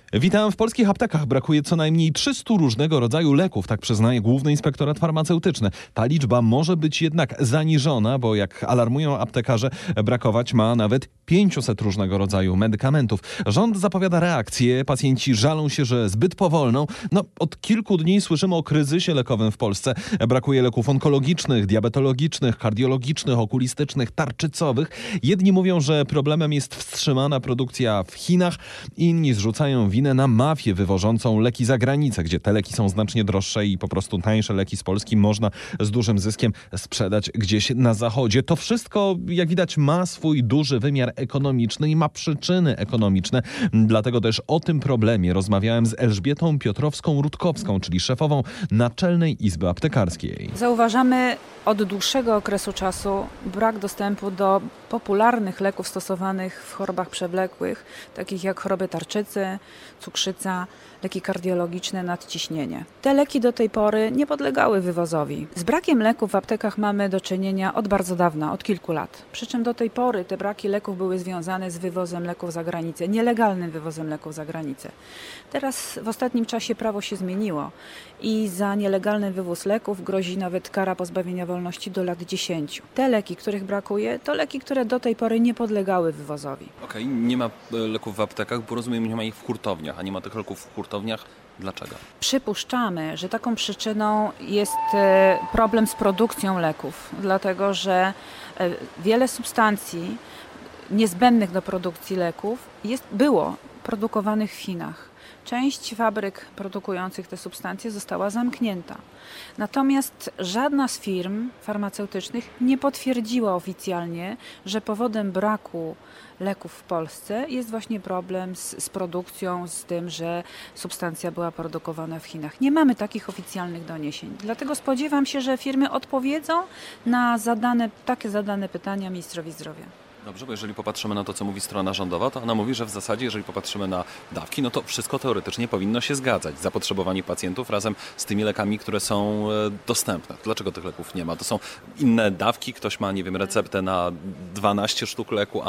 Witam. W polskich aptekach brakuje co najmniej 300 różnego rodzaju leków, tak przyznaje Główny Inspektorat Farmaceutyczny. Ta liczba może być jednak zaniżona, bo jak alarmują aptekarze, brakować ma nawet 500 różnego rodzaju medykamentów. Rząd zapowiada reakcję, pacjenci żalą się, że zbyt powolną. Od kilku dni słyszymy o kryzysie lekowym w Polsce. Brakuje leków onkologicznych, diabetologicznych, kardiologicznych, okulistycznych, tarczycowych. Jedni mówią, że problemem jest wstrzymana produkcja w Chinach, inni zrzucają winę na mafię wywożącą leki za granicę, gdzie te leki są znacznie droższe i po prostu tańsze leki z Polski można z dużym zyskiem sprzedać gdzieś na zachodzie. To wszystko, jak widać, ma swój duży wymiar ekonomiczny i ma przyczyny ekonomiczne. Dlatego też o tym problemie rozmawiałem z Elżbietą Piotrowską-Rutkowską, czyli szefową Naczelnej Izby Aptekarskiej. Zauważamy od dłuższego okresu czasu brak dostępu do popularnych leków stosowanych w chorobach przewlekłych, takich jak choroby tarczycy, cukrzyca, leki kardiologiczne, nadciśnienie. Te leki do tej pory nie podlegały wywozowi. Z brakiem leków w aptekach mamy do czynienia od bardzo dawna, od kilku lat. Przy czym do tej pory te braki leków były związane z wywozem leków za granicę, nielegalnym wywozem leków za granicę. Teraz w ostatnim czasie prawo się zmieniło i za nielegalny wywóz leków grozi nawet kara pozbawienia wolności do lat 10. Te leki, których brakuje, to leki, które do tej pory nie podlegały wywozowi. Okej, nie ma leków w aptekach, bo rozumiem, nie ma ich w hurtowniach, a nie ma tych leków w hurtowniach. Dlaczego? Przypuszczamy, że taką przyczyną jest problem z produkcją leków, dlatego że wiele substancji niezbędnych do produkcji leków było produkowanych w Chinach. Część fabryk produkujących te substancje została zamknięta. Natomiast żadna z firm farmaceutycznych nie potwierdziła oficjalnie, że powodem braku leków w Polsce jest właśnie problem z produkcją, z tym, że substancja była produkowana w Chinach. Nie mamy takich oficjalnych doniesień. Dlatego spodziewam się, że firmy odpowiedzą na takie zadane pytania ministrowi zdrowia. Dobrze, bo jeżeli popatrzymy na to, co mówi strona rządowa, to ona mówi, że w zasadzie, jeżeli popatrzymy na dawki, no to wszystko teoretycznie powinno się zgadzać. Zapotrzebowanie pacjentów razem z tymi lekami, które są dostępne. Dlaczego tych leków nie ma? To są inne dawki, ktoś ma, receptę na 12 sztuk leku,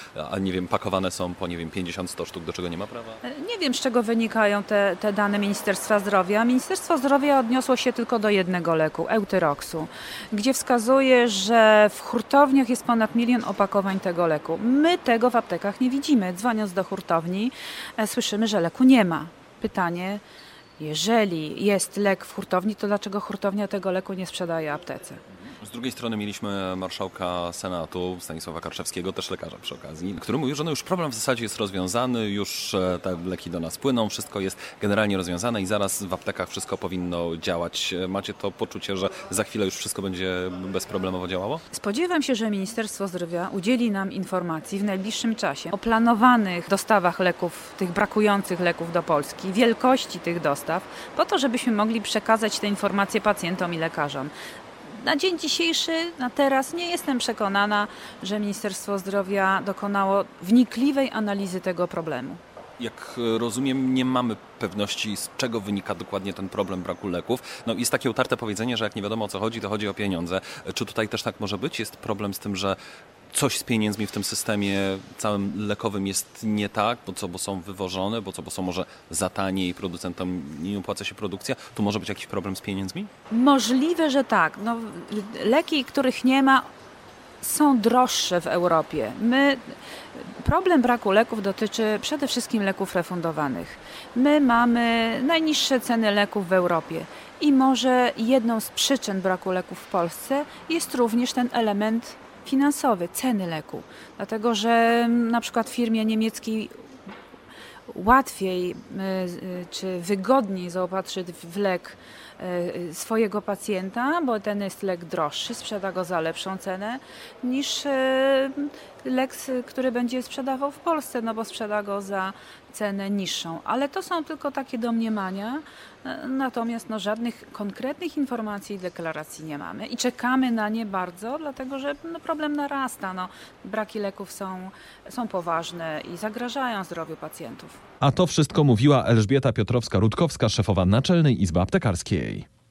pakowane są po, 50-100 sztuk, do czego nie ma prawa? Nie wiem, z czego wynikają te dane Ministerstwa Zdrowia. Ministerstwo Zdrowia odniosło się tylko do jednego leku, Euthyroxu, gdzie wskazuje, że w hurtowniach jest ponad 1 milion opakowań tego leku. My tego w aptekach nie widzimy. Dzwoniąc do hurtowni, słyszymy, że leku nie ma. Pytanie, jeżeli jest lek w hurtowni, to dlaczego hurtownia tego leku nie sprzedaje aptece? Z drugiej strony mieliśmy marszałka Senatu Stanisława Karczewskiego, też lekarza przy okazji, który mówił, że już problem w zasadzie jest rozwiązany, już te leki do nas płyną, wszystko jest generalnie rozwiązane i zaraz w aptekach wszystko powinno działać. Macie to poczucie, że za chwilę już wszystko będzie bezproblemowo działało? Spodziewam się, że Ministerstwo Zdrowia udzieli nam informacji w najbliższym czasie o planowanych dostawach leków, tych brakujących leków do Polski, wielkości tych dostaw, po to, żebyśmy mogli przekazać te informacje pacjentom i lekarzom. Na dzień dzisiejszy, na teraz nie jestem przekonana, że Ministerstwo Zdrowia dokonało wnikliwej analizy tego problemu. Jak rozumiem, nie mamy pewności, z czego wynika dokładnie ten problem braku leków. Jest takie utarte powiedzenie, że jak nie wiadomo o co chodzi, to chodzi o pieniądze. Czy tutaj też tak może być? Jest problem z tym, że coś z pieniędzmi w tym systemie całym lekowym jest nie tak, bo są wywożone, bo są może za tanie i producentom nie opłaca się produkcja. Tu może być jakiś problem z pieniędzmi? Możliwe, że tak. Leki, których nie ma, są droższe w Europie. Problem braku leków dotyczy przede wszystkim leków refundowanych. My mamy najniższe ceny leków w Europie i może jedną z przyczyn braku leków w Polsce jest również ten element finansowy, ceny leku. Dlatego, że na przykład firmie niemieckiej łatwiej czy wygodniej zaopatrzyć w lek swojego pacjenta, bo ten jest lek droższy, sprzeda go za lepszą cenę niż lek, który będzie sprzedawał w Polsce, bo sprzeda go za cenę niższą. Ale to są tylko takie domniemania, natomiast żadnych konkretnych informacji i deklaracji nie mamy i czekamy na nie bardzo, dlatego że problem narasta. Braki leków są poważne i zagrażają zdrowiu pacjentów. A to wszystko mówiła Elżbieta Piotrowska-Rutkowska, szefowa Naczelnej Izby Aptekarskiej.